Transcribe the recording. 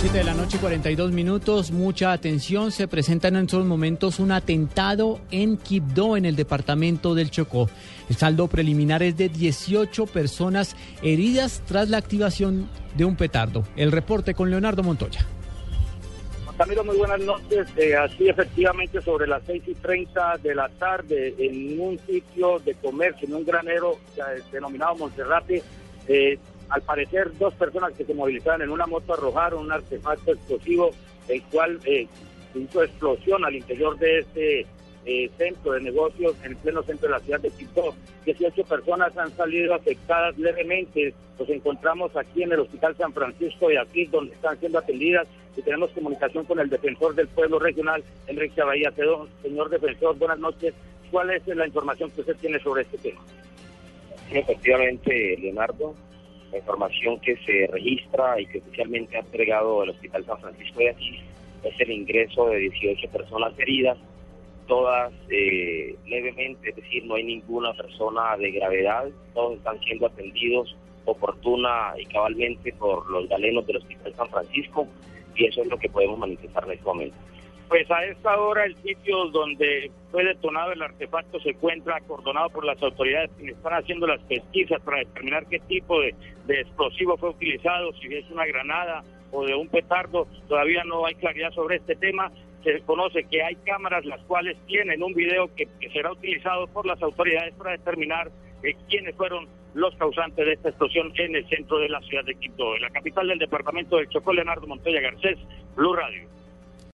7 de la noche, 42 minutos. Mucha atención. Se presenta en estos momentos un atentado en Quibdó, en el departamento del Chocó. El saldo preliminar es de 18 personas heridas tras la activación de un petardo. El reporte con Leonardo Montoya. Camilo, muy buenas noches. Así efectivamente sobre las 6:30 de la tarde en un sitio de comercio, en un granero denominado Monserrate, al parecer dos personas que se movilizaban en una moto arrojaron un artefacto explosivo, el cual hizo explosión al interior de este centro de negocios en el pleno centro de la ciudad de Quibdó. 18 personas han salido afectadas levemente. Nos encontramos aquí en el Hospital San Francisco de Asís, donde están siendo atendidas, y tenemos comunicación con el defensor del pueblo regional, Enrique Abadía. Señor defensor, buenas noches. ¿Cuál es la información que usted tiene sobre este tema? Sí, efectivamente, Leonardo, la información que se registra y que oficialmente ha entregado el Hospital San Francisco de Asís es el ingreso de 18 personas heridas, todas levemente, es decir, no hay ninguna persona de gravedad, todos están siendo atendidos oportuna y cabalmente por los galenos del Hospital San Francisco, y eso es lo que podemos manifestar en este momento. Pues a esta hora el sitio donde fue detonado el artefacto se encuentra acordonado por las autoridades que están haciendo las pesquisas para determinar qué tipo de explosivo fue utilizado, si es una granada o de un petardo. Todavía no hay claridad sobre este tema. Se conoce que hay cámaras las cuales tienen un video que será utilizado por las autoridades para determinar quiénes fueron los causantes de esta explosión en el centro de la ciudad de Quibdó. En la capital del departamento del Chocó, Leonardo Montoya Garcés, Blue Radio.